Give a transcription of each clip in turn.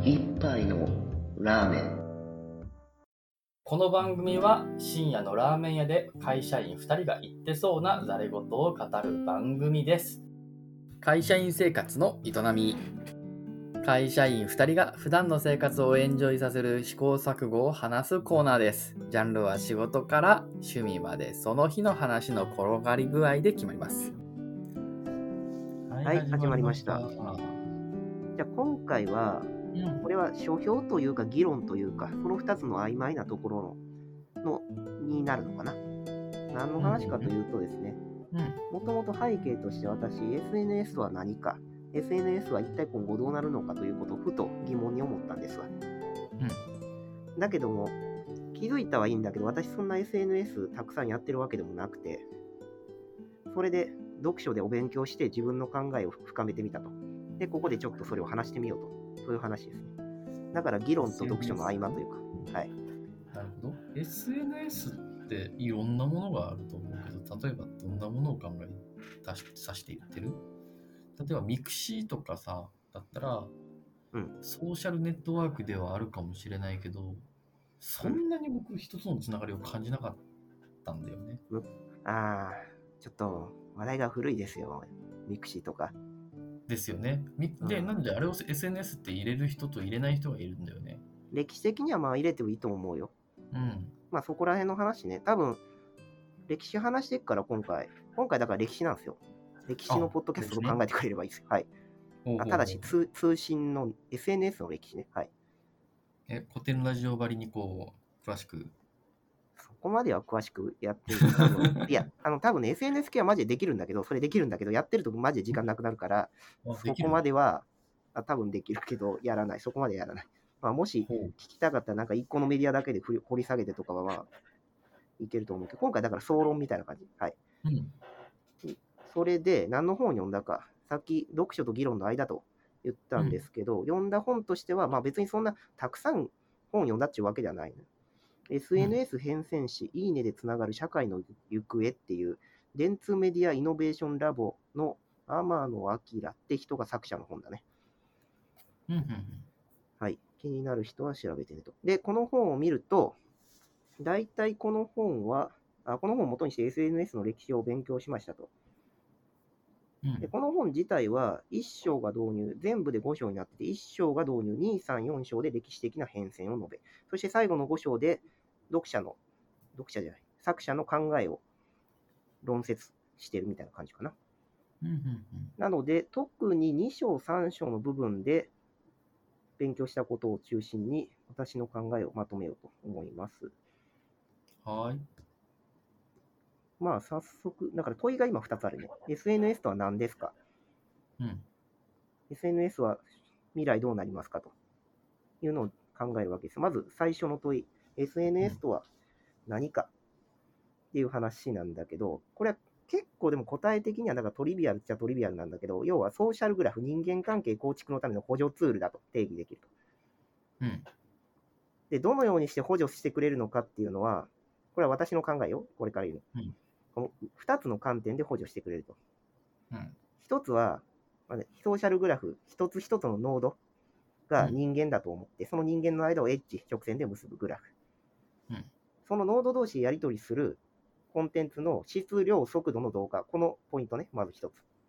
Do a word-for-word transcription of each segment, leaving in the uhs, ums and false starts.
一杯のラーメン。 この番組は深夜のラーメン屋で会社員ふたりが言ってそうなざれ言を語る番組です。会社員生活の営み。会社員ふたりが普段の生活をエンジョイさせる試行錯誤を話すコーナーです。ジャンルは仕事から趣味までその日の話の転がり具合で決まります。 はい、始まりました。じゃあ今回は、 うんこれは書評というか議論というか、そのふたつの曖昧なところののになるのかな。何の話かというとですね、もともと背景として私、エスエヌエス は何か、エスエヌエス は一体今後どうなるのかということをふと疑問に思ったんですわ。 うん、 だけども、気づいたはいいんだけど、私そんな エスエヌエス たくさんやってるわけでもなくて、それで読書でお勉強して自分の考えを深めてみたと。で、ここでちょっとそれを話してみようと。そういう話ですね。だから議論と読書の合間というか。はい。 なるほど。エスエヌエス っていろんなものがあると思うけど、例えばどんなものを考え出し指していってる？例えばミクシーとかさ、だったら、 うん、 ソーシャルネットワークではあるかもしれないけど、そんなに僕一つのつながりを感じなかったんだよね。 うん、ああ、ちょっと話題が古いですよ。ミクシーとか。 ですよね。で、 うん、 なんであれを エスエヌエス って入れる人と入れない人がいるんだよね。 歴史的にはまあ入れてもいいと思うよ。 うん。 まあそこら辺の話ね。多分、歴史話してっから今回。今回だから歴史なんですよ。歴史のポッドキャストと考えてくれればいいですよ。はい。あただし通、通信の エスエヌエス の歴史ね。はい。 え、古典ラジオばりにこう、詳しく。 そこまでは詳しくやってると多分、いや、あの、多分ね、エスエヌエス 系はマジでできるんだけど、それできるんだけど、やってるとマジで時間なくなるから、そこまでは、あ多分できるけど、やらない。そこまでやらない。まあ、もし聞きたかったら、なんか一個のメディアだけで掘り下げてとかは、まあ、いけると思うけど、今回だから総論みたいな感じ。はい。 うん、 それで、何の本を読んだか、さっき読書と議論の間と言ったんですけど、うん、読んだ本としては、まあ別にそんなたくさん本読んだっていうわけではない、ね。エスエヌエス 変遷史、いいねでつながる社会の行方っていう、電通メディアイノベーションラボの天野明って人が作者の本だね。 うんうんうん、 はい。気になる人は調べてねと。で、この本を見ると、大体この本は、あこの本を元にして エスエヌエス の歴史を勉強しましたと。でこの本自体はいっ章が導入、全部でご章になってて、いっ章が導入、に、さん、よん章で歴史的な変遷を述べ、そして最後のご章で読者の、読者じゃない、作者の考えを論説してるみたいな感じかな。 うんうんうん、 なので、特にに章、さん章の部分で勉強したことを中心に私の考えをまとめようと思います。 はい。 まあ、早速、だから問いが今ふたつあるね。エスエヌエス とは何ですか、 うん、 エスエヌエス は未来どうなりますかというのを考えるわけです。まず最初の問い、エスエヌエス とは何かっていう話なんだけど、これは結構でも答え的にはなんかトリビアルっちゃトリビアルなんだけど、要はソーシャルグラフ、人間関係構築のための補助ツールだと定義できると。 うん、 で、どのようにして補助してくれるのかっていうのは、これは私の考えよ、これから言うの。うん、このふたつの観点で補助してくれると。うん、ひとつは、まあね、ソーシャルグラフ、一つ一つのノードが人間だと思って、うん、その人間の間をエッジ、直線で結ぶグラフ。うん、そのノード同士やり取りするコンテンツの質量、速度の同化。このポイントね、まず一つ。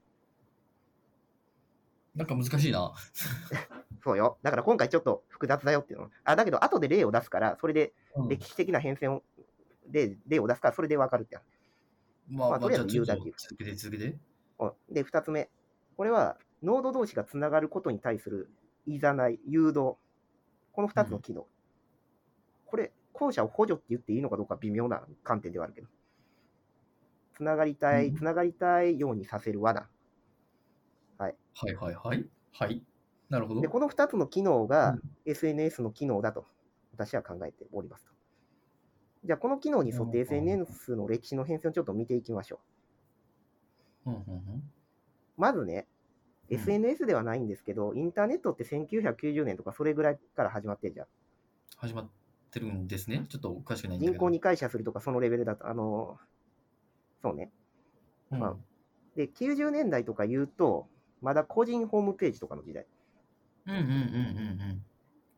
なんか難しいな。 そうよ。だから今回ちょっと複雑だよっていうの。あ、だけど後で例を出すから、それで歴史的な変遷を、で例を出すから、それで分かるって。 まあ、まあ、とりあえず言うだけ。続けて続けて。 で、二つ目。これは、ノード同士がつながることに対するいざない、誘導。この二つの機能。うん、これ、後者を補助って言っていいのかどうか微妙な観点ではあるけど。つながりたい、つながりたいようにさせる罠。はい。 はいはいはい。はい。なるほど。 で、このふたつの機能が エスエヌエス の機能だと私は考えておりますと。じゃあ、この機能に沿って エスエヌエス の歴史の変遷をちょっと見ていきましょう。うんうんうん、まずね、エスエヌエス ではないんですけど、インターネットってせんきゅうひゃくきゅうじゅうねんとかそれぐらいから始まってるじゃん。 始まってるんですね。ちょっと詳しくないんだけど。 人口に回社するとかそのレベルだと、あの、そうね。うん、まあ、で、きゅうじゅうねんだいとか言うと、まだ個人ホームページとかの時代。 うんうんうんうんうん。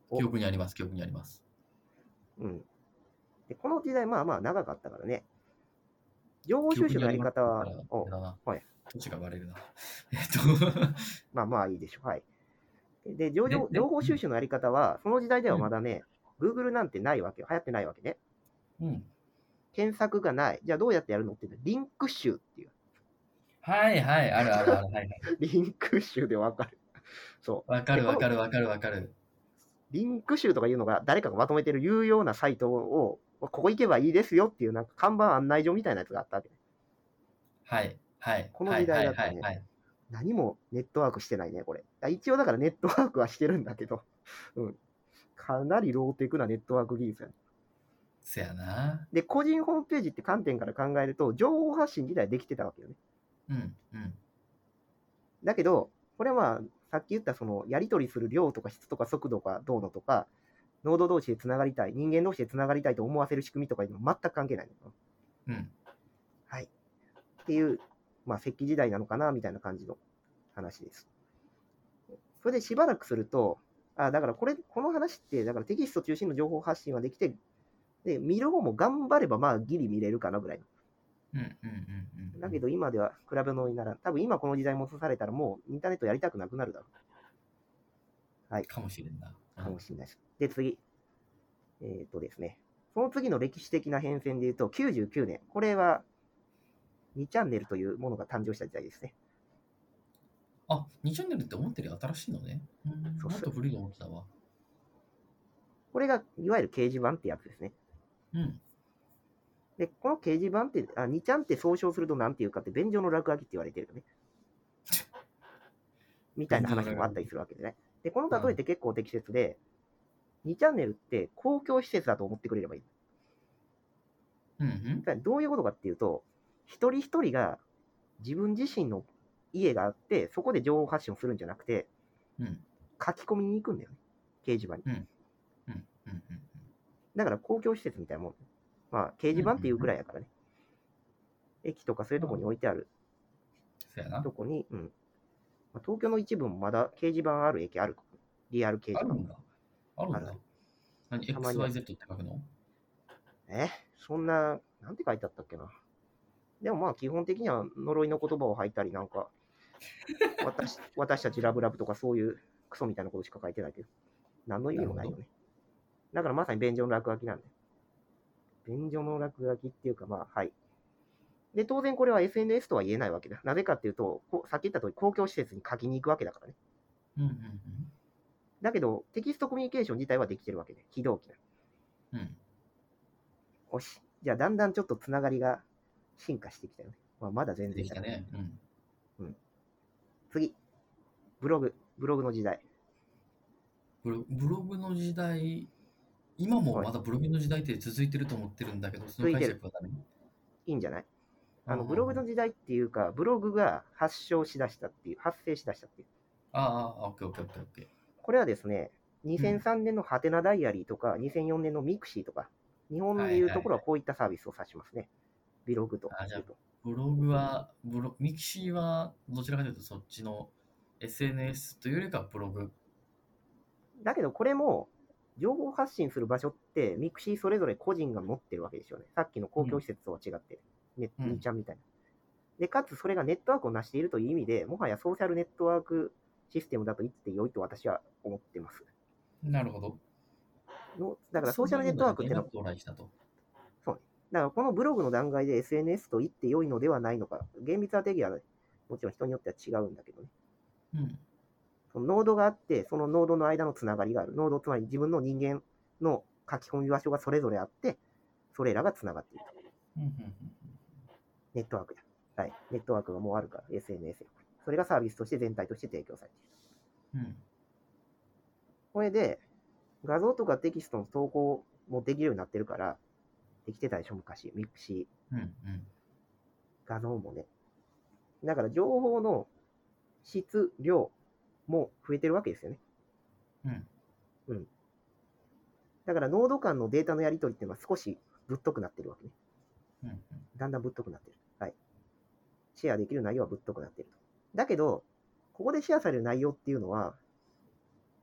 記憶にあります、記憶にあります。 うん。で、この時代、まあまあ長かったからね。情報収集のやり方は、お、はい。 土地がバレるな。えっとまあまあいいでしょう。はい。で、情報情報収集のやり方は、その時代ではまだね、うん、Google なんてないわけよ。流行ってないわけね。 うん。 検索がない。じゃあどうやってやるのって言うと、リンク集っていう。 はいはい、あるあるある。はいはい、 リンク集でわかる。そう。 わかるわかるわかるわかる。 リンク集とかいうのが誰かがまとめてる有用なサイトを、ここ行けばいいですよっていうなんか看板案内所みたいなやつがあったわけね。 はいはい。 この時代だってね、はいはいはいはい、何もネットワークしてないね、これ。一応だからネットワークはしてるんだけど、うん。かなりローテクなネットワーク技術やね。 せやな。 で、個人ホームページって観点から考えると、情報発信自体できてたわけよね。 うんうん。 だけど、これはさっき言ったそのやり取りする量とか質とか速度がどうのとか、ノード同士でつながりたい、人間同士でつながりたいと思わせる仕組みとかにも全く関係ないの。 うん。 はい。っていう、まあ、石器時代なのかな、みたいな感じの話です。それでしばらくすると、あ、だからこれ、この話って、だからテキスト中心の情報発信はできて、で、見る方も頑張れば、まあ、ギリ見れるかなぐらいの。 うんうんうんうん。 だけど今では比べ物にならん。多分今この時代も移されたらもうインターネットやりたくなくなるだろう。はい。 かもしれんな。 うん、かもしれないです。で、次。えっとですね。その次の歴史的な変遷で言うと、きゅうじゅうきゅうねん。これは、にチャンネルというものが誕生した時代ですね。 あ、にチャンネルって思ってる新しいのね。うん、もっと古いと思ってたわ。 これが、いわゆる掲示板ってやつですね。 うん。 で、この掲示板って、あ、にちゃんって総称すると何て言うかって、便所の落書きって言われてるよね。みたいな話もあったりするわけでね。で、この例えって結構適切で、にチャンネルって公共施設だと思ってくれればいい。 うんうん、 どういうことかっていうと、一人一人が自分自身の家があって、そこで情報発信をするんじゃなくて、 うん、 書き込みに行くんだよね、掲示板に。 うんうんうんうん、 だから公共施設みたいなもん。まあ、掲示板っていうくらいやからね。うんうん、駅とかそういうところに置いてあるとこに、うん。まあ、東京の一部もまだ掲示板ある駅ある。リアル掲示板。 あるんだ。あるんだ。何 ?エックスワイゼット って書くの？ えそんな、なんて書いてあったっけな。でもまあ基本的には呪いの言葉を吐いたりなんか、私私たちラブラブとかそういうクソみたいなことしか書いてないけど、何の意味もないよね。だからまさに便所の落書きなんで。便所の落書きっていうかまあ、はい。で、当然これは エスエヌエス とは言えないわけだ。なぜかっていうと、さっき言った通り公共施設に書きに行くわけだからね。 うんうんうん、 だけど、テキストコミュニケーション自体はできてるわけで、非同期な。 うん。 よし。じゃあだんだんちょっとつながりが進化してきたよね。まあ、まだ全然できたね。うん。 うん。次。ブログ。ブログの時代。 ブロブログの時代、今もまだブログの時代って続いてると思ってるんだけど、その解釈は何？ いいんじゃない？あのブログの時代っていうか、ブログが発祥しだしたっていう、発生しだしたっていう。 ああ、オッケーオッケーオッケーオッケー。 これはですね、にせんさんねんのハテナダイアリーとか、にせんよねんのミクシーとか、日本でいうところはこういったサービスを指しますね。ブログと。 あ、じゃあ、ブログは、ブロミクシーはどちらかというとそっちの エスエヌエス というよりかブログ。だけどこれも、情報発信する場所って、ミクシーそれぞれ個人が持ってるわけですよね。さっきの公共施設とは違って、うん、ね、にちゃんみたいな。で、かつそれがネットワークを成しているという意味で、もはやソーシャルネットワークシステムだと言って良いと私は思ってます。 なるほど。 のだからソーシャルネットワークってのは、そうね。だからこのブログの段階で エスエヌエス と言って良いのではないのか。厳密な定義は、ね、もちろん人によっては違うんだけどね。うん。そのノードがあって、そのノードの間のつながりがある。ノード、つまり自分の人間の書き込み場所がそれぞれあって、それらがつながっていると。うんうんうん、ネットワークだ。はい。ネットワークがもうあるから、エスエヌエス。それがサービスとして全体として提供されている。うん。これで、画像とかテキストの投稿もできるようになってるから、できてたでしょ、昔。ミクシー。うんうん。画像もね。だから情報の質、量も増えてるわけですよね。うん。うん。だからノード間のデータのやり取りっていうのは少しぶっとくなってるわけね。うんうん、だんだんぶっとくなってる。はい。シェアできる内容はぶっとくなってると。だけど、ここでシェアされる内容っていうのは、こ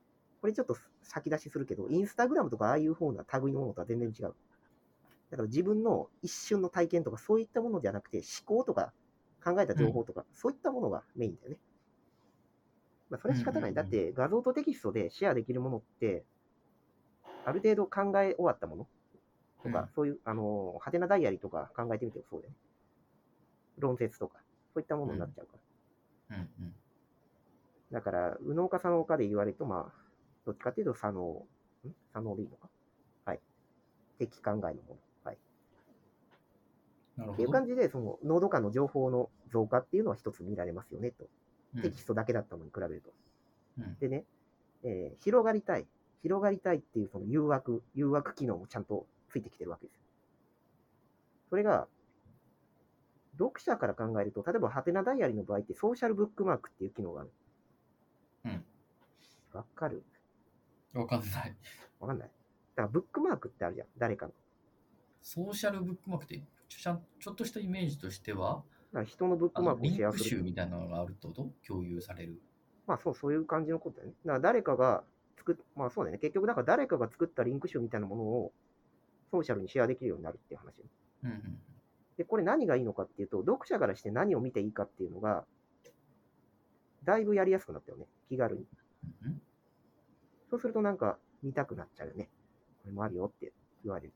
これちょっと先出しするけど、インスタグラムとかああいう方の類のものとは全然違う。だから自分の一瞬の体験とかそういったものじゃなくて、思考とか考えた情報とか、うん、そういったものがメインだよね。まあ、それは仕方ない。だって画像とテキストでシェアできるものって、ある程度考え終わったものとか、うん、そういう、あの、ハテナダイアリーとか考えてみてもそうだよね。論説とか、そういったものになっちゃうから。うんうんうん、だから、右脳か左脳かで言われると、まあ、どっちかっていうと左脳、ん左脳でいいのか。はい。敵考えのもの。はい。なるほど。っていう感じで、その、濃度間の情報の増加っていうのは一つ見られますよね、と。うん、テキストだけだったのに比べると。うん、でね、えー、広がりたい。広がりたいっていうその誘惑、誘惑機能もちゃんとついてきてるわけですよ。それが、読者から考えると、例えばハテナダイアリーの場合ってソーシャルブックマークっていう機能がある。うん。わかる？ わかんない。 わかんない。だからブックマークってあるじゃん、誰かの。 ソーシャルブックマークってちょ、ちょっとしたイメージとしては、 だから人のブックマークをシェアする。 リンク集みたいなのがあるってこと？共有される。 まあそう、そういう感じのことだよね。だから誰かが作っ、まあそうだよね。結局、だから誰かが作ったリンク集みたいなものをソーシャルにシェアできるようになるっていう話。うんうん、で、これ何がいいのかっていうと、読者からして何を見ていいかっていうのが、だいぶやりやすくなったよね。気軽に。うん、そうするとなんか見たくなっちゃうよね。これもあるよって言われる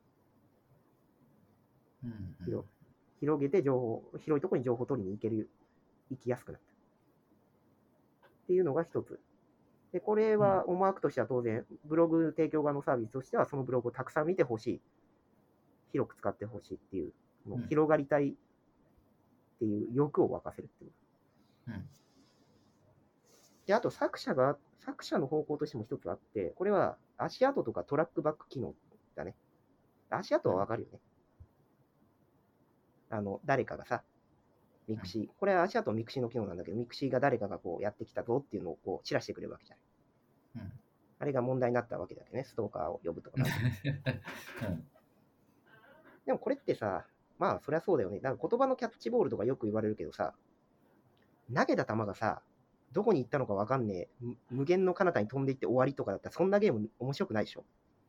と。うんうん、広, 広げて情報、広いところに情報を取りに行ける、行きやすくなった。っていうのが一つ。で、これは思惑としては当然、ブログ提供側のサービスとしては、そのブログをたくさん見てほしい。広く使ってほしいっていう、うん、広がりたいっていう欲を沸かせるっていう。うん、で、あと作者が、作者の方向としても一つあって、これは足跡とかトラックバック機能だね。足跡はわかるよね。うん、あの、誰かがさ、ミクシー、これは足跡ミクシーの機能なんだけど、ミクシーが誰かがこうやってきたぞっていうのをこう散らしてくれるわけじゃない。うん、あれが問題になったわけだけどね、ストーカーを呼ぶとかなんか、うん。でもこれってさ、まあそりゃそうだよね。だから言葉のキャッチボールとかよく言われるけどさ、投げた球がさ、どこに行ったのか分かんねえ、無限の彼方に飛んでいって終わりとかだったら、そんなゲーム面白くないでしょ。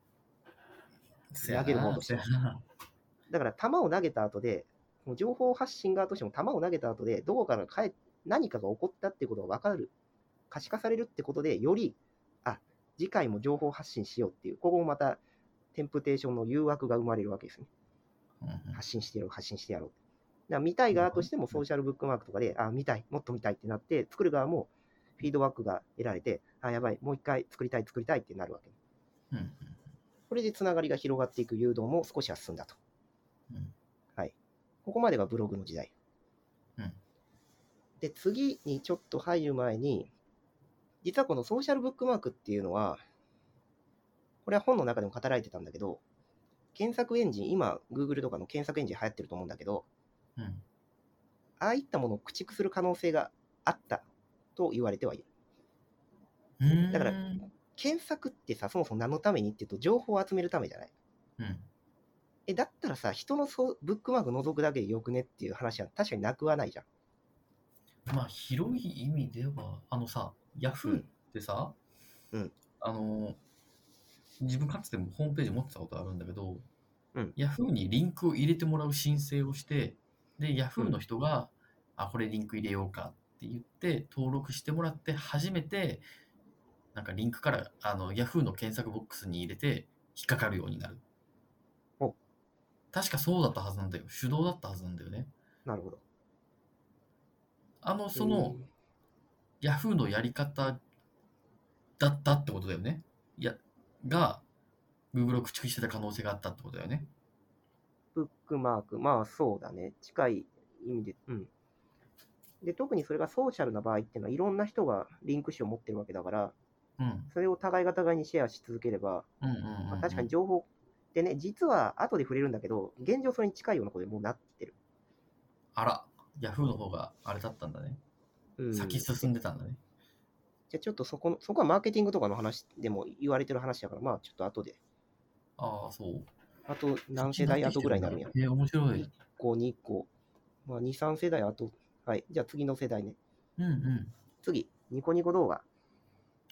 投げる方としては。だから球を投げた後で、情報発信側としても球を投げた後で、どこから帰何かが起こったっていうことが分かる、可視化されるってことで、より、あ、次回も情報発信しようっていう、ここもまた、テンプテーションの誘惑が生まれるわけですね。うんうん、発信してやろう、発信してやろう。だから見たい側としてもソーシャルブックマークとかで、あ、見たい、もっと見たいってなって、作る側もフィードバックが得られて、あ、やばい、もう一回作りたい、作りたいってなるわけ。うんうん、これでつながりが広がっていく誘導も少しは進んだと。うん、はい。ここまでがブログの時代。うん、で、次にちょっと入る前に、実はこのソーシャルブックマークっていうのは、これは本の中でも語られてたんだけど、検索エンジン、今、Google とかの検索エンジン流行ってると思うんだけど、うん、ああいったものを駆逐する可能性があったと言われてはいる。だから、検索ってさ、そもそも何のためにっていうと、情報を集めるためじゃない。うん、え、だったらさ、人のそうブックマーク覗くだけでよくねっていう話は確かになくはないじゃん。 まあ、広い意味では、あのさ、Yahoo ってさ、うんうん、あの、自分かつてもホームページ持ってたことあるんだけど、うん、Yahoo にリンクを入れてもらう申請をして、で、Yahoo の人が、うん、あ、これリンク入れようかって言って、登録してもらって初めて、なんかリンクからあの Yahoo の検索ボックスに入れて引っかかるようになる。お、確かそうだったはずなんだよ。手動だったはずなんだよね。 なるほど。 あの、その、Yahoo のやり方だったってことだよね。いや、が、Google を駆逐してた可能性があったってことだよね。 ブックマーク、まあそうだね。近い意味で。うん。で、特にそれがソーシャルな場合っていうのは、いろんな人がリンク紙を持ってるわけだから、うん、それを互いが互いにシェアし続ければ、確かに情報ってね、実は後で触れるんだけど、現状それに近いようなことでもうなってる。 あら、Yahoo の方があれだったんだね。うん、先進んでたんだね。 じゃあちょっとそこの、そこはマーケティングとかの話でも言われてる話だから、まあちょっと後で。 ああ、そう。 あと何世代後ぐらいになるんや。 えー、面白い。 いっこ、にこ。まあに、さん世代後。はい。じゃあ次の世代ね。うんうん。次、ニコニコ動画。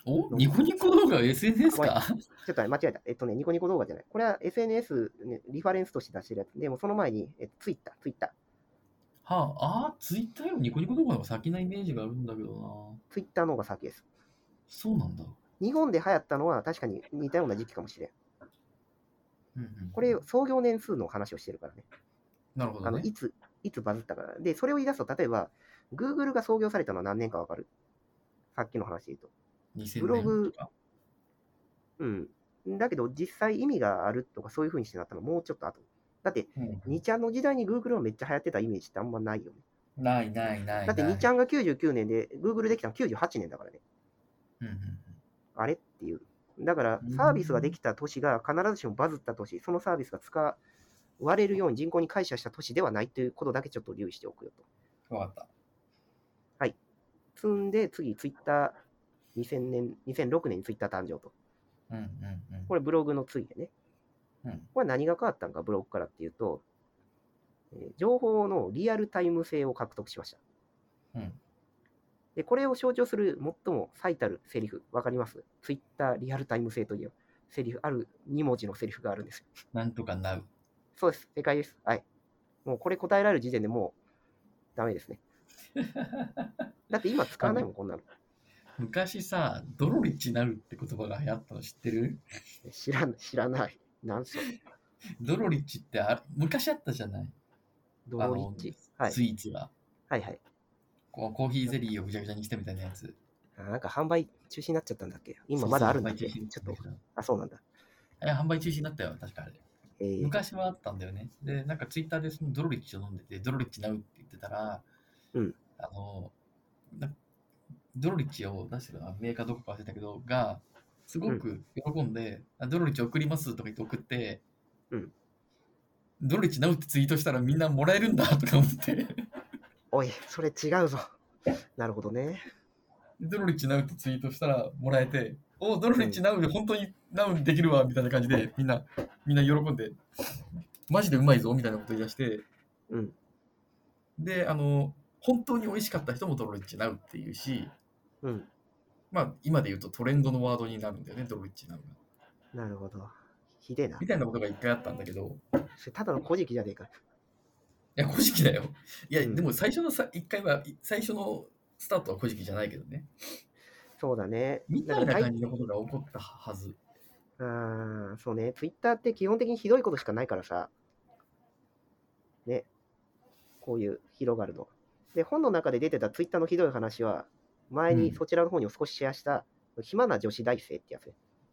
おニコニコ動画は エスエヌエス かちょっと間違えた。えっとね、ニコニコ動画じゃない。これは エスエヌエス、ね、リファレンスとして出してるやつ。でもその前に、えっと、ツイッター、ツイッター。 はあ、あー、ツイッターよりニコニコ動画の方が先なイメージがあるんだけどな。 ツイッターの方が先です。 そうなんだ。 日本で流行ったのは確かに似たような時期かもしれん。 うんうん、 これ、創業年数の話をしてるからね。 なるほどね。 あのいつ、いつバズったから。で、それを言い出すと、例えば、Google が創業されたのは何年かわかる？さっきの話で言うと。 にせんブログねんとか、 うん。だけど、実際意味があるとか、そういう風にしてなったのもうちょっと後。だって、 うん、 にちゃんの時代に Google はめっちゃ流行ってたイメージってあんまないよね。 ないないないない。 だってにちゃんがきゅうじゅうきゅうねんで、Google できたのきゅうじゅうはちねんだからね。 うんうんうん、 あれっていう。だから、サービスができた年が必ずしもバズった年、そのサービスが使われるように人口に解釈した年ではないということだけちょっと留意しておくよと。 わかった。 はい。積んで、次、ツイッター、にせんねん、にせんろくねんにツイッター誕生と。 うんうんうん、 これブログの次でね。 うん、 これ何が変わったんか、ブログからっていうと、えー情報のリアルタイム性を獲得しました。 うん、 で、これを象徴する最も最たるセリフ、わかります？ツイッターリアルタイム性というセリフ、あるに文字のセリフがあるんですよ。 なんとかなう。 そうです。正解です。はい。もうこれ答えられる時点でもうダメですね。だって今使わないもん、こんなの。 昔さ、ドロリッチなるって言葉が流行ったの知ってる？ 知らない、知らない。なんそれ。 ドロリッチってあ昔あったじゃない？ ドロリッチ。はい。 スイーツが。 はいはい。 こうコーヒーゼリーをぐちゃぐちゃにしてみたいなやつ。 あなんか販売中止になっちゃったんだっけ？今まだあるんだっけ？ちょっと。あ、そうなんだ。 いや、販売中止になったよ、確かあれ。 えー、 昔はあったんだよね。で、なんかツイッターでそのドロリッチを飲んでて、ドロリッチなうって言ってたら、 うん。 あの、ドロリッチを出してるメーカーどこか忘れたけど、が、すごく喜んで、うん、ドロリッチ送りますとか言って送って、 うん、 ドロリッチなうってツイートしたらみんなもらえるんだとか思って。 おい、それ違うぞ。なるほどね。 ドロリッチなうってツイートしたらもらえて、おドロリッチなうで本当になうできるわみたいな感じで、みんな、みんな喜んで、マジでうまいぞみたいなこと言い出して、 うん、 で、あの、本当に美味しかった人もドロリッチなうっていうし、 うん。 まあ、今で言うとトレンドのワードになるんだよね、ドロリッチなうが。なるほど。ひでえな。 みたいなことが一回あったんだけど。 それただの古事記じゃねえか。 いや、古事記だよ。いや、うん、でも最初のさ、一回は、最初のスタートは古事記じゃないけどね。 そうだね。 みたいな感じのことが起こったはず。 ああ、そうね。ツイッターって基本的にひどいことしかないからさ。ね。こういう広がるの。で、本の中で出てたツイッターのひどい話は、前にそちらの方に少しシェアした、うん、暇な女子大生ってやつね。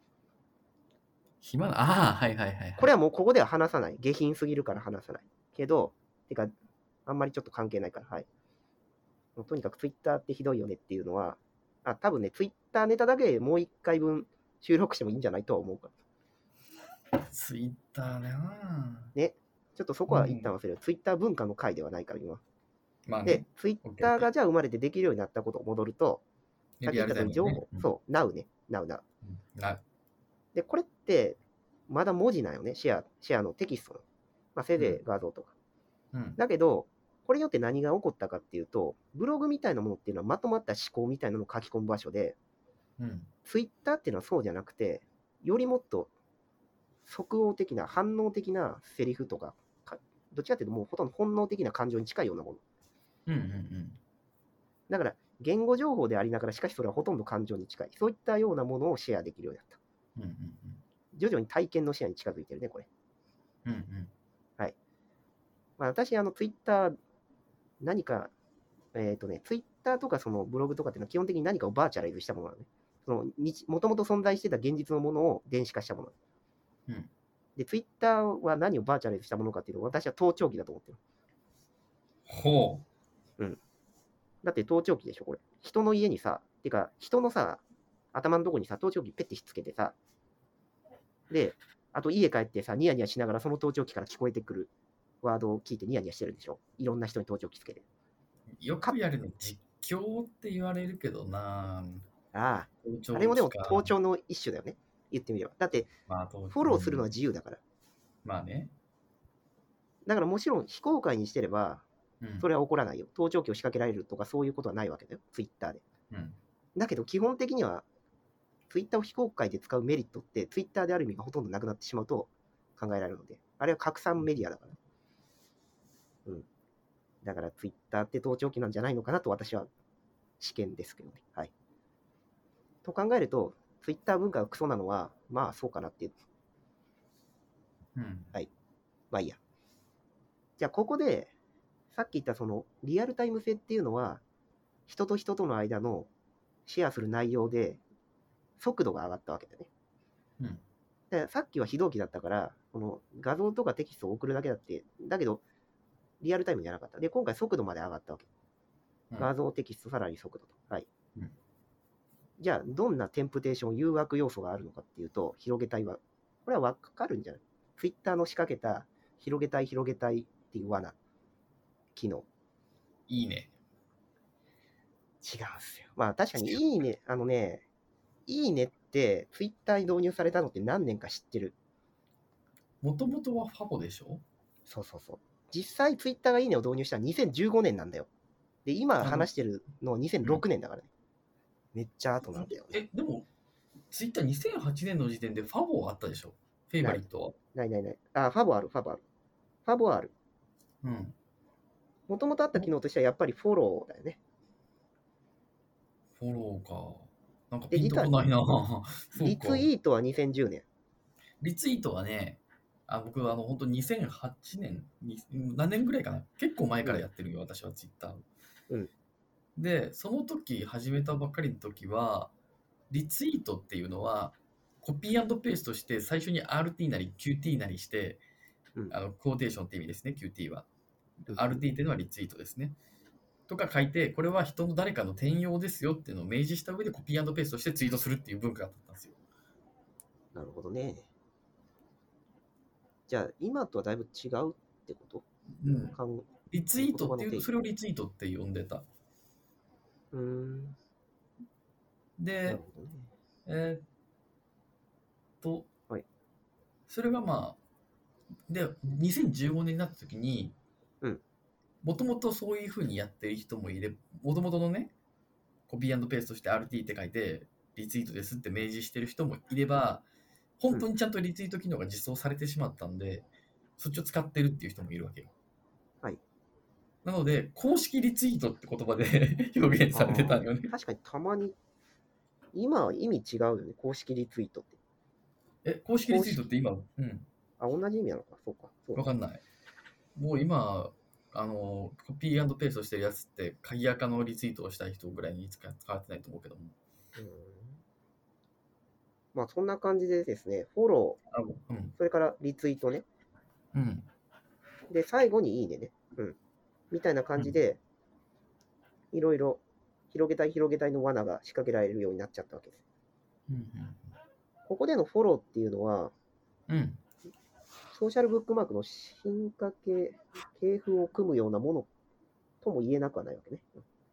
暇な、ああ、はいはいはい、はい。 これはもうここでは話さない。下品すぎるから話さない。けど、てか、あんまりちょっと関係ないから、はい。とにかくツイッターってひどいよねっていうのは、あ、多分ね、ツイッターネタだけもう一回分収録してもいいんじゃないとは思うから。 ツイッターね。 ね。ちょっとそこは一旦忘れる。うん、ツイッター文化の回ではないから、今。 まあね、 で、ツイッターがじゃあ生まれてできるようになったことを戻ると、さっき言ったように情報、ね、そう、Now ね、Now Now。 Now。 で、これって、まだ文字なんよね、シェア、シェアのテキストの。まあ、せいぜい画像とか。 うん、 だけど、これによって何が起こったかっていうと、ブログみたいなものっていうのはまとまった思考みたいなのを書き込む場所で、 うん、 ツイッターっていうのはそうじゃなくて、よりもっと即応的な、反応的なセリフとか、かどっちかっていうともうほとんど本能的な感情に近いようなもの。 うんうんうん、 だから、言語情報でありながら、しかしそれはほとんど感情に近い。そういったようなものをシェアできるようになった。 うんうんうん、 徐々に体験のシェアに近づいてるね、これ。 うんうん、 はい。まあ、私、あの、ツイッター、何か、えっとね、ツイッターとかそのブログとかっていうのは基本的に何かをバーチャライズしたものなのね。そのもともと存在してた現実のものを電子化したもの。 うん、 で、ツイッターは何をバーチャライズしたものかっていうのを私は盗聴器だと思ってる。 ほう。うん。だって盗聴器でしょ、これ。人の家にさ、てか、人のさ、頭のとこにさ、盗聴器ペッてひっつけてさ、で、あと家帰ってさ、ニヤニヤしながらその盗聴器から聞こえてくるワードを聞いてニヤニヤしてるでしょ。いろんな人に盗聴器つけて。 よくやるの実況って言われるけどな。 ああ、あれもでも盗聴の一種だよね。言ってみれば。だって、フォローするのは自由だから。 まあね。 だからもちろん非公開にしてれば、それは起こらないよ。盗聴器を仕掛けられるとかそういうことはないわけだよ。ツイッターで。 うん、 だけど基本的にはツイッターを非公開で使うメリットって、ツイッターである意味がほとんどなくなってしまうと考えられるので、あれは拡散メディアだから。うん。だからツイッターって盗聴器なんじゃないのかなと私は試験ですけどね。はい。と考えると、ツイッター文化がクソなのは、まあそうかなっていう。 うん。 はい。まあいいや。じゃあここで、さっき言ったそのリアルタイム性っていうのは、人と人との間のシェアする内容で速度が上がったわけだよね。 うん。 でさっきは非同期だったから、この画像とかテキストを送るだけだって、だけど、リアルタイムじゃなかった。で、今回速度まで上がったわけ。画像、テキスト、さらに速度と。はい。 うん、 じゃあ、どんなテンプテーション、誘惑要素があるのかっていうと、広げたいは、これは分かるんじゃない？ツイッターの仕掛けた、広げたい、広げたいっていう罠、機能。 いいね。 違うんですよ。まあ、確かにいいね、あのね、いいねってツイッターに導入されたのって何年か知ってる。 もともとはファボでしょ？ そうそうそう。実際ツイッターがいいねを導入したのはにせんじゅうごねんなんだよ。で、今話してるのはにせんろくねんだからね。うん、めっちゃ後なんだよね。 え、でも、ツイッターにせんはちねんの時点でファボあったでしょ？フェイバリットは。 ないないない。あ、ファボある、ファボある。ファボある。 うん。 もともとあった機能としてはやっぱりフォローだよね。 フォローか。なんかで、 ピンとこないな。そうリか。 ツイートはにせんじゅうねん。 リツイートはね、あ僕はあの本当にせんはちねんに、何年ぐらいかな。結構前からやってるよ、うん、私はツイッター。 うん。 で、その時始めたばっかりの時は、リツイートっていうのは、コピー&ペーストして最初に アールティー なり キューティー なりして、うん、あのクォーテーションって意味ですね、キューティー は。うん、アールティー っていうのはリツイートですね。とか書いて、これは人の誰かの転用ですよっていうのを明示した上でコピー&ペーストしてツイートするっていう文化だったんですよ。 なるほどね。じゃあ、今とはだいぶ違うってこと？ うん。リツイートっていうと、それをリツイートって呼んでた。 うーん。 で、 なるほどね。 えー、っと、 はい、 それがまあ、で、にせんじゅうごねんになった時に、もともとそういうふうにやってる人もいれば、もともとのね、コピー&ペーストして アールティー って書いて、リツイートですって明示してる人もいれば、本当にちゃんとリツイート機能が実装されてしまったんで、うん、そっちを使ってるっていう人もいるわけよ。 はい。 なので、公式リツイートって言葉で表現されてたよね。 確かにたまに、今は意味違うよね、公式リツイートって。 え、公式リツイートって今、うん。 あ、同じ意味なのか、そうか。そうわかんない。もう今、あの、コピー&ペーストしてるやつって、鍵垢のリツイートをしたい人ぐらいに使われてないと思うけども。 うん、まあ、そんな感じでですね、フォロー、うん、それからリツイートね。 うん。 で、最後にいいねね。うん。みたいな感じで、いろいろ広げたい広げたいの罠が仕掛けられるようになっちゃったわけです。うんうん、ここでのフォローっていうのは、 うん、 ソーシャルブックマークの進化系、系譜を組むようなものとも言えなくはないわけね。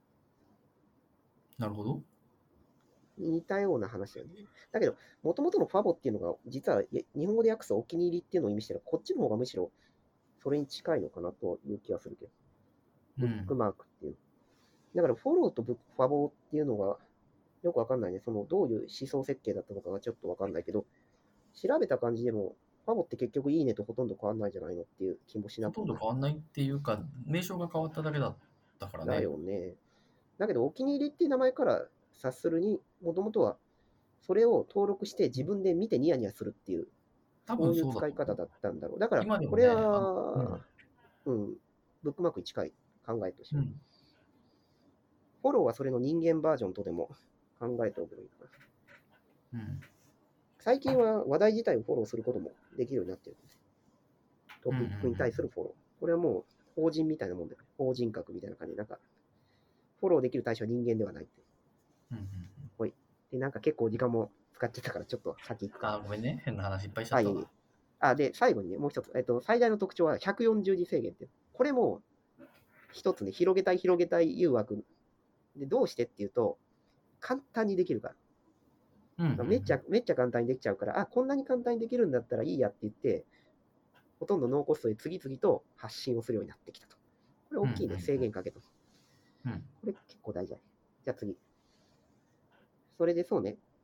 なるほど。 似たような話だよね。だけど、もともとのファボっていうのが、実は日本語で訳すお気に入りっていうのを意味してる、こっちの方がむしろそれに近いのかなという気がするけど。ブックマークっていう。うん、だから、フォローとファボっていうのがよくわかんないね。その、どういう思想設計だったのかがちょっとわかんないけど、調べた感じでも、ファボって結局いいねとほとんど変わんないんじゃないのっていう気もしなくて。 ほとんど変わんないっていうか、名称が変わっただけだったからね。 だよね。だけど、お気に入りっていう名前から察するに、もともとは、それを登録して自分で見てニヤニヤするっていう、そういう使い方だったんだろう。だから、これは、うん、ブックマークに近い考えとして、うん、フォローはそれの人間バージョンとでも考えておけばいいかな。うん、最近は話題自体をフォローすることもできるようになってるんです。トピックに対するフォロー。これはもう法人みたいなもんだよね。法人格みたいな感じで、なんか、フォローできる対象は人間ではないって。うんうんうん、ほい。で、なんか結構時間も使ってたから、ちょっと先行くか。 あ、ごめんね。変な話いっぱいしちゃったわ。 あ、で、最後にね、もう一つ、えっと、最大の特徴はひゃくよんじゅうじ制限って。これも、一つね、広げたい、広げたい誘惑。で、どうしてっていうと、簡単にできるから。うんうんうん、めっちゃ、めっちゃ簡単にできちゃうから、あ、こんなに簡単にできるんだったらいいやって言って、ほとんどノーコストで次々と発信をするようになってきたと。これ大きいね、うんうんうん、制限かけと。うん、これ結構大事だ。じゃあ次。それでそうね、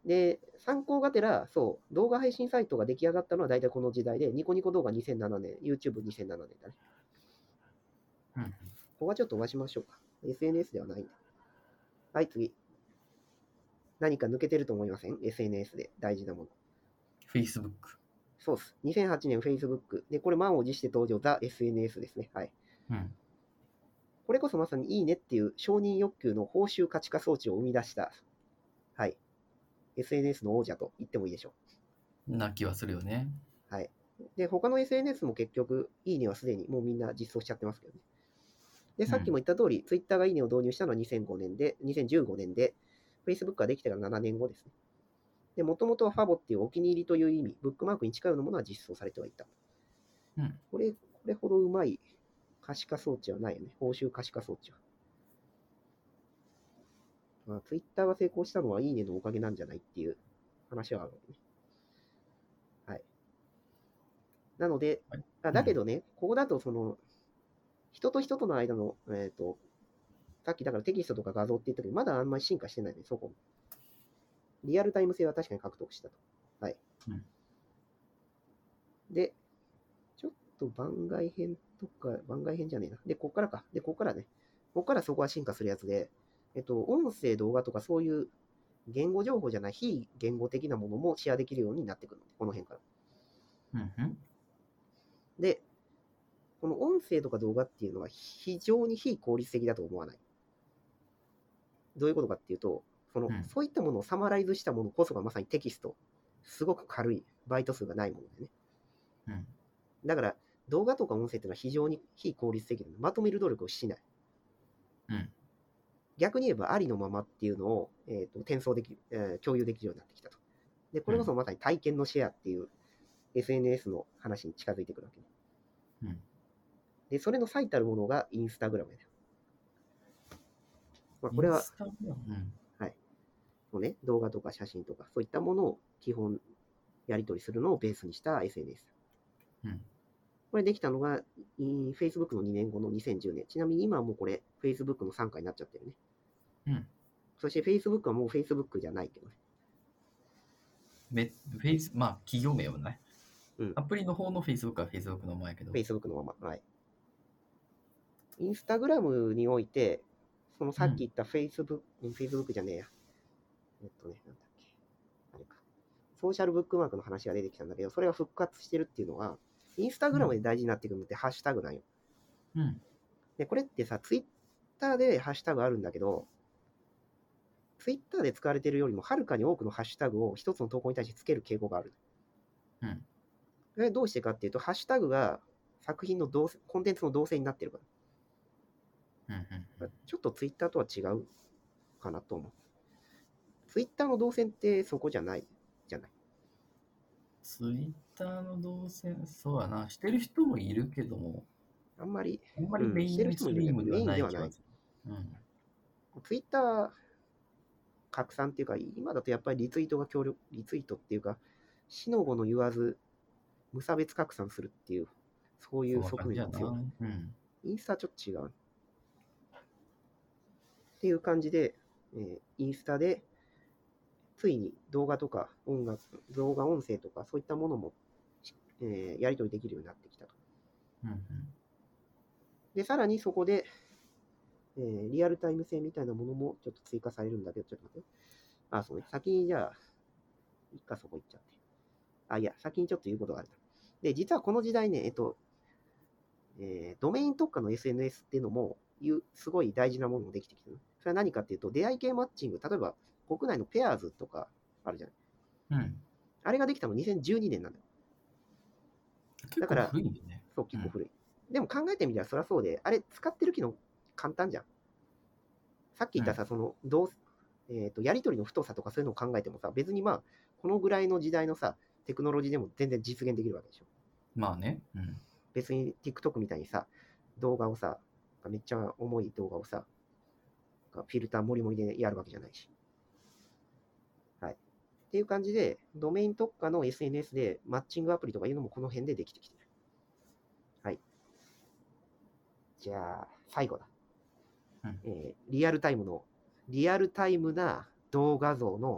で、参考がてら、そう、動画配信サイトが出来上がったのは大体この時代で、ニコニコ動画にせんななねん、YouTubeにせんななねんだね。 うん。 ここはちょっと飛ばしましょうか。エスエヌエス ではないんで。はい、次。何か抜けてると思いません ?エスエヌエス で大事なもの。 Facebook。 そうっす。にせんはちねん Facebook。で、これ満を持して登場、ザ・ エスエヌエス ですね。はい。 うん。 これこそまさにいいねっていう承認欲求の報酬価値化装置を生み出した、はい。エスエヌエス の王者と言ってもいいでしょう。な気はするよね。 はい。で、他の エスエヌエス も結局、いいねはすでにもうみんな実装しちゃってますけどね。で、さっきも言った通り、うん、Twitter がいいねを導入したのはにせんごねんで、にせんじゅうごねんで、Facebook ができてからななねんごですね。で、もともとはファボっていうお気に入りという意味、ブックマークに近いようなものは実装されてはいた。 うん、 これ、これほどうまい可視化装置はないよね。報酬可視化装置は。まあ、Twitter が成功したのはいいねのおかげなんじゃないっていう話はあるわけね。はい。なので、 はい、 あだけどね、うん、ここだとその、人と人との間の、えっと、さっきだからテキストとか画像って言ったけど、まだあんまり進化してないね、そこ。リアルタイム性は確かに獲得したと。はい。うん、で、ちょっと番外編とか、番外編じゃねえな。で、こっからか。で、こっからね。こっからそこは進化するやつで、えっと、音声、動画とかそういう言語情報じゃない非言語的なものもシェアできるようになってくるの。この辺から。 うんうん、 で、この音声とか動画っていうのは非常に非効率的だと思わない。どういうことかっていうと、その、うん、そういったものをサマライズしたものこそがまさにテキスト。すごく軽い、バイト数がないものでね。うん、だから、動画とか音声っていうのは非常に非効率的なの。まとめる努力をしない。うん、逆に言えば、ありのままっていうのを、えーと、転送できる、えー、共有できるようになってきたと。で、これこそまさに体験のシェアっていう エスエヌエス の話に近づいてくるわけね。うん、で、それの最たるものがインスタグラムだよ。まあ、これは、うん、はい。もうね、動画とか写真とか、そういったものを基本やり取りするのをベースにした エスエヌエス。うん、これできたのが、Facebook のにねんごのにせんじゅうねん。ちなみに今はもうこれ、Facebook の傘下になっちゃってるね。うん。そして Facebook はもう Facebook じゃないけどね。 めフェイスまあ、企業名はない。うん。アプリの方の Facebook は Facebook のままやけど。 Facebook のまま。はい。インスタグラムにおいて、そのさっき言った Facebook、うん、Facebook じゃねえや。えっとね、なんだっけ。あれか。ソーシャルブックマークの話が出てきたんだけど、それが復活してるっていうのは、インスタグラムで大事になってくるのってハッシュタグなんよ。うん。で、これってさ、ツイッターでハッシュタグあるんだけど、ツイッターで使われているよりもはるかに多くのハッシュタグを一つの投稿に対してつける傾向がある。うん。それどうしてかっていうと、ハッシュタグが作品の動線、コンテンツの動線になってるから。うんうん、ちょっとツイッターとは違うかなと思う。ツイッターの動線ってそこじゃないじゃない。 ツイッターの動線、そうやな、してる人もいるけども、 あんまり、 あんまりメインストリームではない気がする。 うん、ツイッター拡散っていうか、今だとやっぱりリツイートが協力、リツイートっていうか、死の子の言わず、無差別拡散するっていう、そういう側面が強い。うん、インスタはちょっと違う。っていう感じで、えー、インスタで、ついに動画とか音楽、動画音声とかそういったものも、えー、やり取りできるようになってきたと。うんうん、で、さらにそこで、えー、リアルタイム性みたいなものもちょっと追加されるんだけど、ちょっと待って。あ、そうね。先にじゃあ、いっかそこ行っちゃって。あ、いや、先にちょっと言うことがある。で、実はこの時代ね、えっと、えー、ドメイン特化の エスエヌエス っていうのも、いうすごい大事なものもできてきてる。それは何かっていうと、出会い系マッチング、例えば国内のペアーズとかあるじゃない。うん。あれができたのにせんじゅうにねんなんだよ。 だから、結構古いね。 そう、結構古い。うん、でも考えてみたらそりゃそうで、あれ使ってる機能簡単じゃん。さっき言ったさ、うん、その、どう、えっと、やり取りの太さとかそういうのを考えてもさ、別にまあ、このぐらいの時代のさ、テクノロジーでも全然実現できるわけでしょ。 まあね。うん。 別に TikTok みたいにさ、動画をさ、めっちゃ重い動画をさ、フィルターもりもりでやるわけじゃないし。はい。っていう感じで、ドメイン特化の エスエヌエス でマッチングアプリとかいうのもこの辺でできてきてる。はい。じゃあ、最後だ。うん、えー、リアルタイムの、リアルタイムな動画像の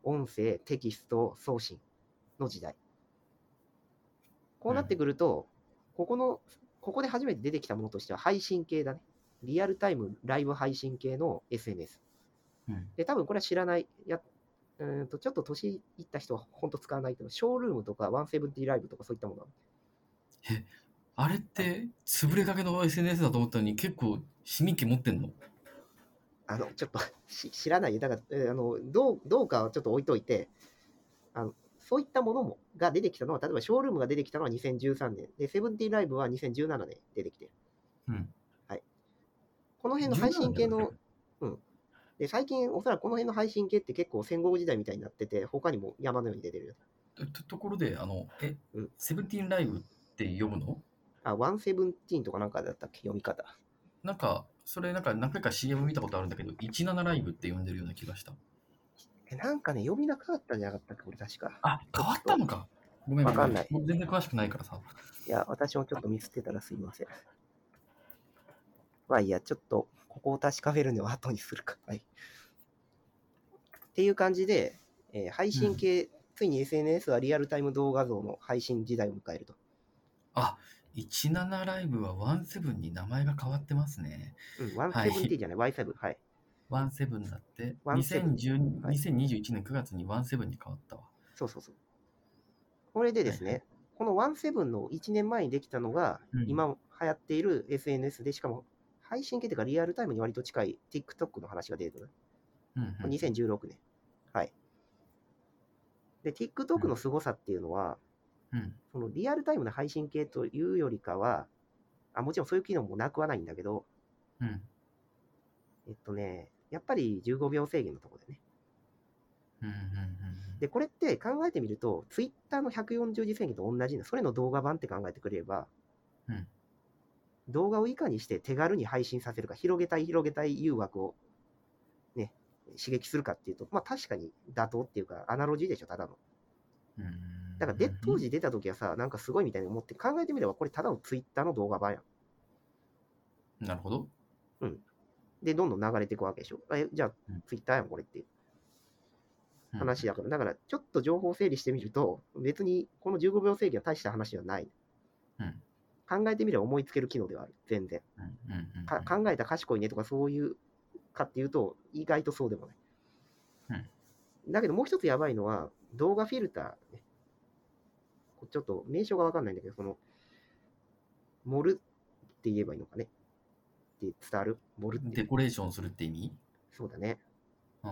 音声、テキスト、送信の時代。こうなってくると、うん、ここの、ここで初めて出てきたものとしては配信系だね。リアルタイムライブ配信系の エスエヌエス。うん、で、多分これは知らない、やうんとちょっと年いった人は本当使わないけど、ショールームとかワンセブンティーライブとかそういったもの。 え、あれって潰れかけの エスエヌエス だと思ったのに結構市民権持ってんの？ あの、ちょっと知らないよ。だから、えー、あのどう、どうかはちょっと置いといて、あのそういったものもが出てきたのは、例えばショールームが出てきたのはにせんじゅうさんねんで、セブンティーライブはにせんじゅうななねん出てきてる。うん。はい。この辺の配信系の、うん。で、最近おそらくこの辺の配信系って結構戦国時代みたいになってて、他にも山のように出てるよ。 と, ところで、あの、え、うん、セブンティーンライブって読むの？ あ、ワンセブンティーンとかなんかだったっけ、読み方。 なんか、それなんか何回か シーエム 見たことあるんだけど、じゅうななライブって読んでるような気がした。 え、なんかね、読み名変わったんじゃなかったっけ、これ確か。 あ、変わったのか。ごめん、 わかんない。 全然詳しくないからさ。 いや、私もちょっとミスってたらすいません。まあいいや、ちょっと、ここを確かめるのは後にするか。はい。っていう感じで、えー、配信系、うん、ついに エスエヌエス はリアルタイム動画像の配信時代を迎えると。 あ、じゅうななライブはじゅうななに名前が変わってますね。 うん、じゅうななティーじゃない、ワイセブン。はい。 じゅうななだって、にせんじゅう、はい、にせんにじゅういちねんくがつにじゅうななに変わったわ。 そうそうそう。これでですね、はいはい、このじゅうななのいちねんまえにできたのが、うん、今流行っている エスエヌエス で、しかも配信系というかリアルタイムに割と近い TikTok の話が出てる。うんうん、にせんじゅうろくねん。はい。で、TikTok の凄さっていうのは、うん、そのリアルタイムの配信系というよりかは、あ、もちろんそういう機能もなくはないんだけど、うん、えっとね、やっぱりじゅうごびょう制限のところでね。うんうんうんうん、で、これって考えてみると、Twitter のひゃくよんじゅうじ制限と同じな、それの動画版って考えてくれれば、うん、動画をいかにして手軽に配信させるか、広げたい広げたい誘惑を、ね、刺激するかっていうと、まあ確かに妥当っていうか、アナロジーでしょ、ただの。うん、だからで、当時出た時はさ、なんかすごいみたいに思って考えてみれば、これただの Twitter の動画版やん。なるほど。 うん。で、どんどん流れていくわけでしょ。え、じゃあ、ツイッターやん、これっていう話だから。だから、ちょっと情報整理してみると、別にこのじゅうごびょう制限は大した話ではない。うん、考えてみれば思いつける機能ではある。全然。うんうんうんうん、か考えた賢いねとかそういうかっていうと、意外とそうでもない。うん、だけど、もう一つやばいのは、動画フィルター、ね。ちょっと名称がわかんないんだけど、その、盛るって言えばいいのかね。って伝わる盛るってデコレーションするって意味？ そうだね。 うんうん、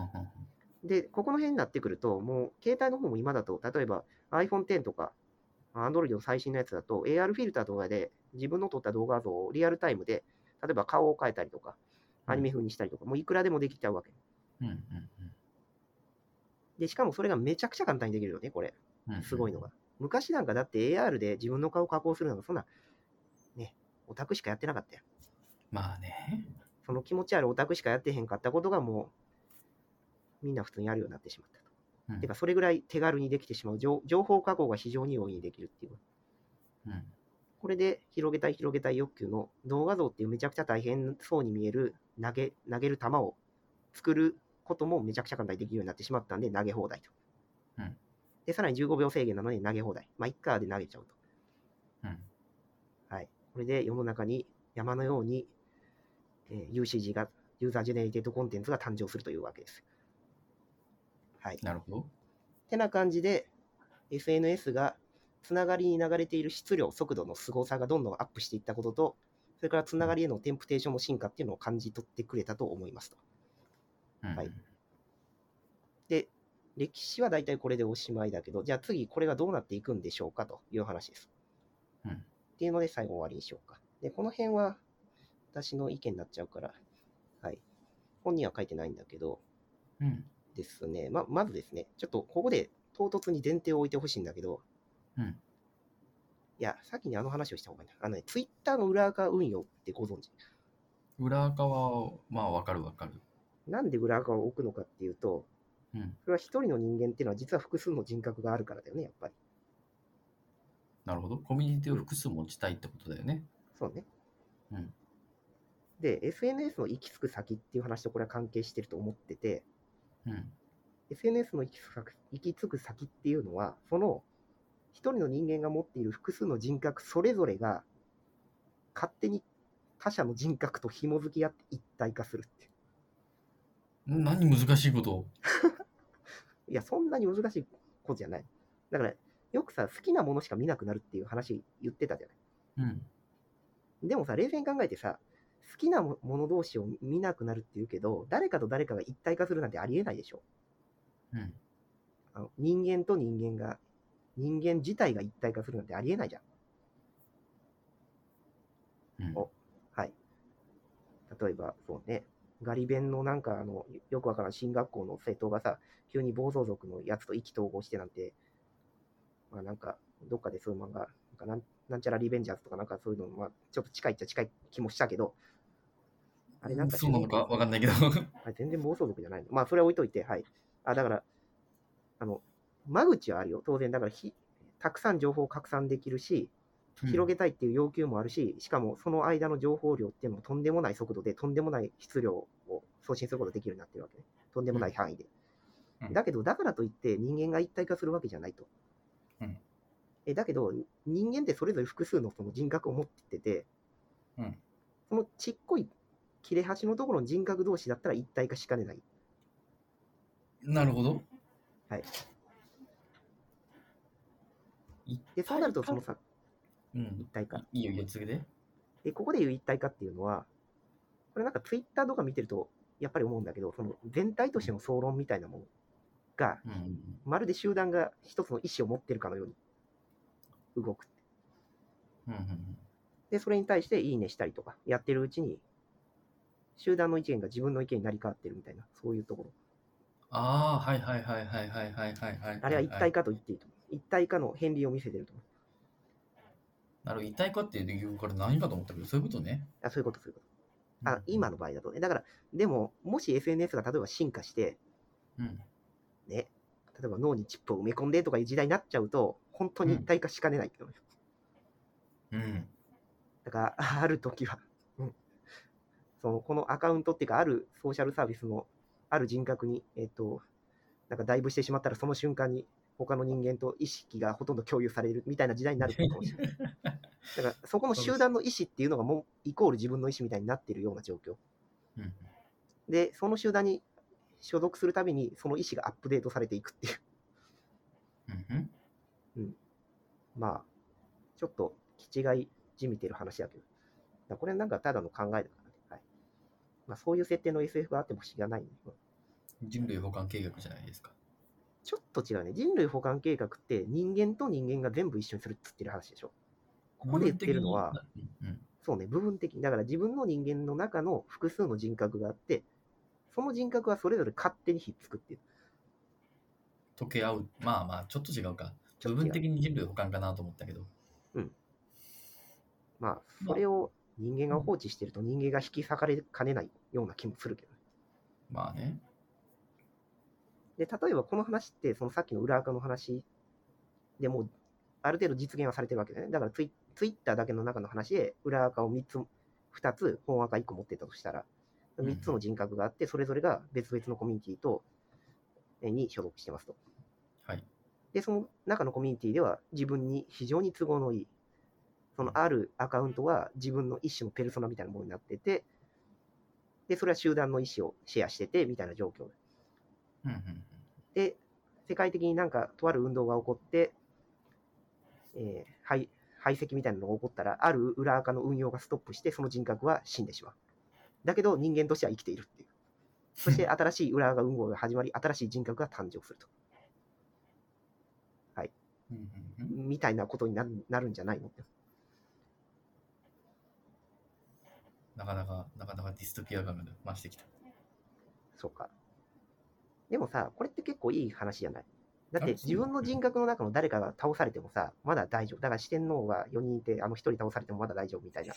で、ここの辺になってくると、もう携帯の方も今だと、例えば アイフォンテン とか Android の最新のやつだと エーアール フィルターとかで自分の撮った動画像をリアルタイムで、例えば顔を変えたりとか、アニメ風にしたりとか、うん、もういくらでもできちゃうわけ。うんうんうん、で、しかもそれがめちゃくちゃ簡単にできるよね、これ。すごいのが。昔なんかだって エーアール で自分の顔を加工するのがそんな、ね、オタクしかやってなかったよ。 まあね。 その気持ちあるオタクしかやってへんかったことがもう、みんな普通にやるようになってしまったと。うん、てか、それぐらい手軽にできてしまう。情報加工が非常に容易にできるっていう。うん、これで広げたい広げたい欲求の動画像っていうめちゃくちゃ大変そうに見える投げ、投げる球を作ることもめちゃくちゃ簡単にできるようになってしまったんで投げ放題と。うん、で、さらにじゅうごびょう制限なので投げ放題。まあ、いっかで投げちゃうと。うん、はい。これで世の中に山のように、えー、ユーシージー が、ユーザージェネレーテッドコンテンツが誕生するというわけです。はい。 なるほど。 ってな感じで、エスエヌエス がつながりに流れている質量、速度の凄さがどんどんアップしていったことと、それからつながりへのテンプテーションの進化っていうのを感じ取ってくれたと思いますと。うん、はい。で、歴史は大体これでおしまいだけど、じゃあ次これがどうなっていくんでしょうかという話です。うん、っていうので最後終わりにしようか。で、この辺は私の意見になっちゃうから、はい。本には書いてないんだけど、うん、ですね。ま、まずですね、ちょっとここで唐突に前提を置いてほしいんだけど、うん、いや、先にあの話をした方がいいな。あのね、ツイッターの裏垢運用ってご存知？ 裏垢は、まあ、わかるわかる。 なんで裏垢を置くのかっていうと、うん、それは一人の人間っていうのは実は複数の人格があるからだよね、やっぱり。 なるほど。コミュニティを複数持ちたいってことだよね。 うん、そうね。うん。で、エスエヌエス の行き着く先っていう話とこれは関係してると思ってて、うん、 エスエヌエス の行き着く行き着く先っていうのは、その一人の人間が持っている複数の人格それぞれが勝手に他者の人格と紐づき合って一体化するっていう。 何難しいことを。 いや、そんなに難しいことじゃない。だから、よくさ、好きなものしか見なくなるっていう話言ってたじゃない。うん。でもさ、冷静に考えてさ、好きなもの同士を見なくなるっていうけど、誰かと誰かが一体化するなんてありえないでしょ。うん。あの人間と人間が、人間自体が一体化するなんてありえないじゃん。うん、お、はい。例えば、そうね。ガリ弁のなんかあのよくわからん進学校の生徒がさ、急に暴走族のやつと意気投合してなんて、まあなんか、どっかでそういう漫画、なんかなんなんちゃらリベンジャーズとかなんかそういうの、まあちょっと近いっちゃ近い気もしたけど、あれなんかそうなのかわかんないけど。 あれ全然暴走族じゃないの。まあそれは置いといて、はい。あ、だから、あの、間口はあるよ。当然、だからひ、たくさん情報を拡散できるし、広げたいっていう要求もあるし、しかもその間の情報量っていうのもとんでもない速度で、とんでもない質量を送信することができるようになってるわけね。とんでもない範囲で。うん、だけど、だからといって人間が一体化するわけじゃないと。うん、えだけど、人間ってそれぞれ複数のその人格を持ってて、うん、そのちっこい切れ端のところの人格同士だったら一体化しかねない。 なるほど。 はい。で、そうなると、そのさ、うん、一体化。 いいよ、いいよ、次で。 で、ここでいう一体化っていうのは、これなんかツイッターとか見てると、やっぱり思うんだけど、その全体としての総論みたいなものが、うん、まるで集団が一つの意思を持ってるかのように動く。うんうんうん、で、それに対していいねしたりとか、やってるうちに、集団の意見が自分の意見になり変わってるみたいな、そういうところ。 ああ、はいはいはいはいはいはいはいはい。 あれは一体化と言っていいと思う。一体化の片鱗を見せてると思う。 なるほど、一体化っていうから何かと思ったけど、そういうことね。 あ、そういうこと、そういうこと。あ、今の場合だとね。だから、でも、もし エスエヌエス が例えば進化して、うん、ね、例えば脳にチップを埋め込んでとかいう時代になっちゃうと、本当に一体化しかねないけどね。うん。だから、ある時は、うん、そのこのアカウントっていうか、あるソーシャルサービスのある人格に、えっと、なんかダイブしてしまったら、その瞬間に他の人間と意識がほとんど共有されるみたいな時代になるかもしれない。だから、そこの集団の意思っていうのがもうイコール自分の意思みたいになっているような状況。うん、で、その集団に所属するたびに、その意思がアップデートされていくっていう。うんうん、まあ、ちょっと気違いじみてる話だけど、だこれなんかただの考えだからね。はい、まあ、そういう設定の エスエフ があっても不思議がない、ね。 人類補完計画じゃないですか。 ちょっと違うね。人類補完計画って人間と人間が全部一緒にするっつってる話でしょ。ここで言ってるのは、うん、そうね、部分的に。だから自分の人間の中の複数の人格があって、その人格はそれぞれ勝手にひっつくっていう。 溶け合う。まあまあ、ちょっと違うか。部分的に人類補完かなと思ったけど。 うん。まあ、それを人間が放置してると人間が引き裂かれかねないような気もするけど。 まあね。 で、例えばこの話って、そのさっきの裏垢の話でもう、ある程度実現はされてるわけだね。だからツイ、ツイッターだけの中の話で、裏垢をみっつ、ふたつ、本垢いっこ持ってたとしたら、みっつの人格があって、それぞれが別々のコミュニティと、に所属してますと。 はい。 で、その中のコミュニティでは、自分に非常に都合のいい、そのあるアカウントは自分の一種のペルソナみたいなものになってて、で、それは集団の意思をシェアしてて、みたいな状況。うんうん、で、世界的になんかとある運動が起こって、えー、排排斥みたいなのが起こったら、ある裏垢の運用がストップして、その人格は死んでしまう。だけど人間としては生きているっていう。そして新しい裏垢運用が始まり、新しい人格が誕生すると。はい。みたいなことになる、なるんじゃないの？ なかなか、なかなかディストピア感が増してきた。 そうか。でもさ、これって結構いい話じゃない？だって自分の人格の中の誰かが倒されてもさ、まだ大丈夫。だから四天王がよにんいて、あのひとり倒されてもまだ大丈夫みたいな。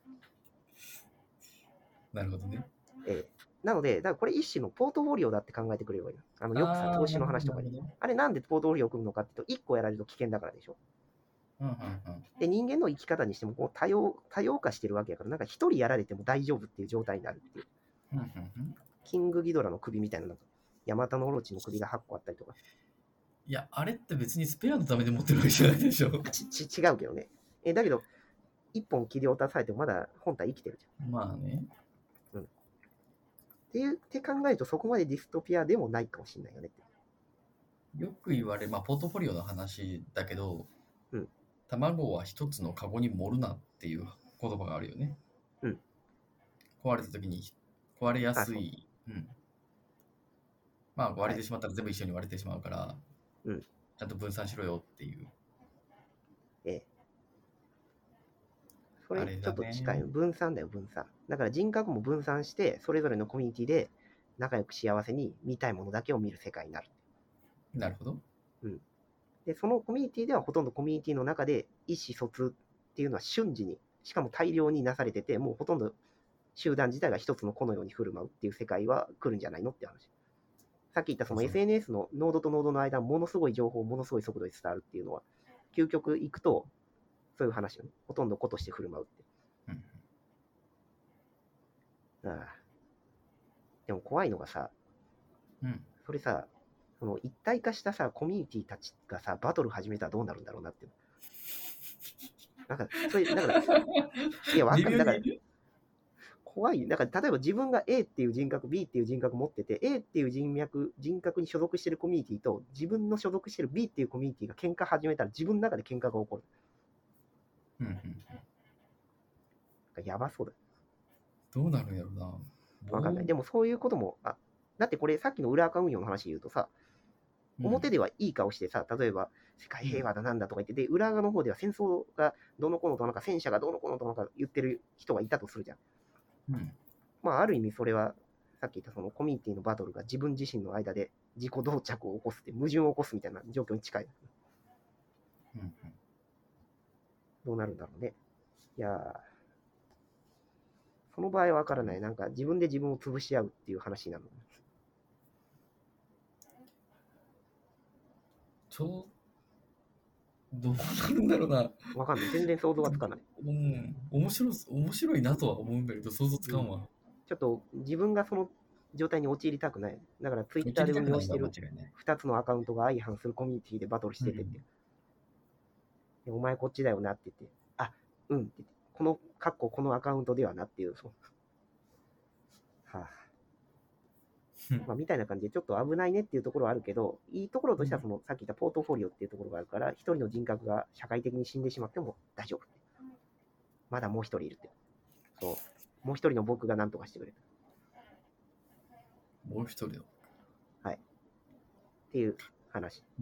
なるほどね。 ええ。なので、だからこれ一種のポートフォリオだって考えてくれればいい。あのよくさ、投資の話とかに。あれなんでポートフォリオを組むのかっていうと、いっこやられると危険だからでしょ。うんうんうん、で、人間の生き方にしてもこう多様、多様化してるわけやから、なんか一人やられても大丈夫っていう状態になるっていう。うんうんうん、キングギドラの首みたいなのがヤマタノオロチの首がはっこあったりとか。 いや、あれって別にスペアのためで持ってるわけじゃないでしょ。 ちち違うけどね。えだけど、一本切り落とされてもまだ本体生きてるじゃん。 まあね。 うん。っていうって考えると、そこまでディストピアでもないかもしれないよねって。 よく言われる、まあ、ポートフォリオの話だけど、 うん、 卵は一つのカゴに盛るなっていう言葉があるよね。 うん、 壊れた時に壊れやすい。うん、まあ割れてしまったら全部一緒に割れてしまうから、はい、ちゃんと分散しろよっていう。 ええ。それちょっと近い、ね、分散だよ、分散。だから人格も分散して、それぞれのコミュニティで仲良く幸せに見たいものだけを見る世界になる。 なるほど。 うん。で、そのコミュニティではほとんどコミュニティの中で意思疎通っていうのは瞬時に、しかも大量になされてて、もうほとんど集団自体が一つの子のように振る舞うっていう世界は来るんじゃないのって話。さっき言ったその エスエヌエス のノードとノードの間、ものすごい情報をものすごい速度で伝わるっていうのは、究極いくと、そういう話よね。ほとんど子として振る舞うって。うん、ああ。でも怖いのがさ、うん、それさ、その一体化したさ、コミュニティたちがさ、バトル始めたらどうなるんだろうなって。なんか、それ、だから、いや、わかんない。だから、怖い。だから、例えば自分が A っていう人格、B っていう人格持ってて、A っていう人脈、人格に所属してるコミュニティと、自分の所属してる B っていうコミュニティが喧嘩始めたら、自分の中で喧嘩が起こる。うんうんうん。やばそうだ。 どうなるんやろうな。 わかんない。でもそういうことも、あ、だってこれさっきの裏垢運用の話で言うとさ、表ではいい顔してさ、例えば世界平和だなんだとか言って、で、裏側の方では戦争がどのこのとなんか戦車がどのこのとなんか言ってる人がいたとするじゃん。うん、まあ、ある意味それは、さっき言ったそのコミュニティのバトルが自分自身の間で自己同着を起こすって、矛盾を起こすみたいな状況に近い。うんうん、どうなるんだろうね。いやー、その場合はわからない。なんか自分で自分を潰し合うっていう話なの。 ちょどうなるんだろうな。 わかんない。全然想像がつかない。 うん。面白、面白いなとは思うんだけど、想像つかんわ。うん、 ちょっと自分がその状態に陥りたくない。だからツイッターで運用してるふたつのアカウントが相反するコミュニティでバトルしててって。うん、お前こっちだよなって言って、あ、うんって言って、この、かっここのアカウントではなっていう、そう。はあ。まあ、みたいな感じでちょっと危ないねっていうところはあるけど、いいところとしてはその、さっき言ったポートフォリオっていうところがあるから、一人の人格が社会的に死んでしまっても大丈夫。まだもう一人いるって。そう。もう一人の僕が何とかしてくれる。 もう一人のはい。っていう話。うん、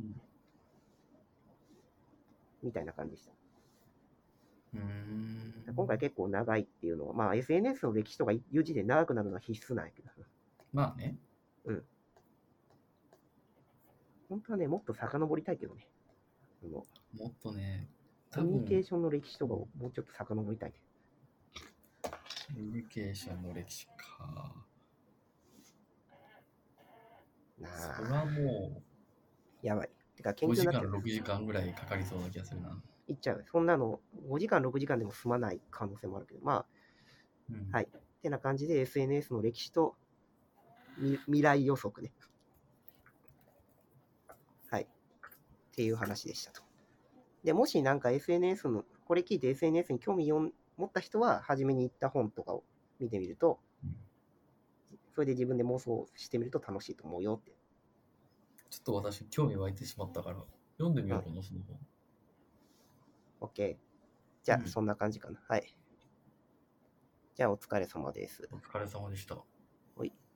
みたいな感じでした。うーん今回結構長いっていうのは、まあ エスエヌエス の歴史とかいう時点で長くなるのは必須なんやけど。 まあね。 うん。本当はね、もっと遡りたいけどね。 もっとね、 コミュニケーションの歴史とかをもうちょっと遡りたいね。 コミュニケーションの歴史か。なあ。それはもう、やばい。 てか研究ごじかん、ろくじかんぐらいかかりそうな気がするな。 いっちゃう。そんなのごじかん、ろくじかんでも済まない可能性もあるけど、まあ、うん、はい。ってな感じで エスエヌエス の歴史と未来予測ね。はい。っていう話でしたと。で、もしなんか エスエヌエス の、これ聞いて エスエヌエス に興味を持った人は、初めに言った本とかを見てみると、うん、それで自分で妄想してみると楽しいと思うよって。 ちょっと私、興味湧いてしまったから、読んでみようかな、その本。 OK。じゃあ、うん、そんな感じかな。はい。じゃあ、お疲れ様です。 お疲れ様でした。 はい。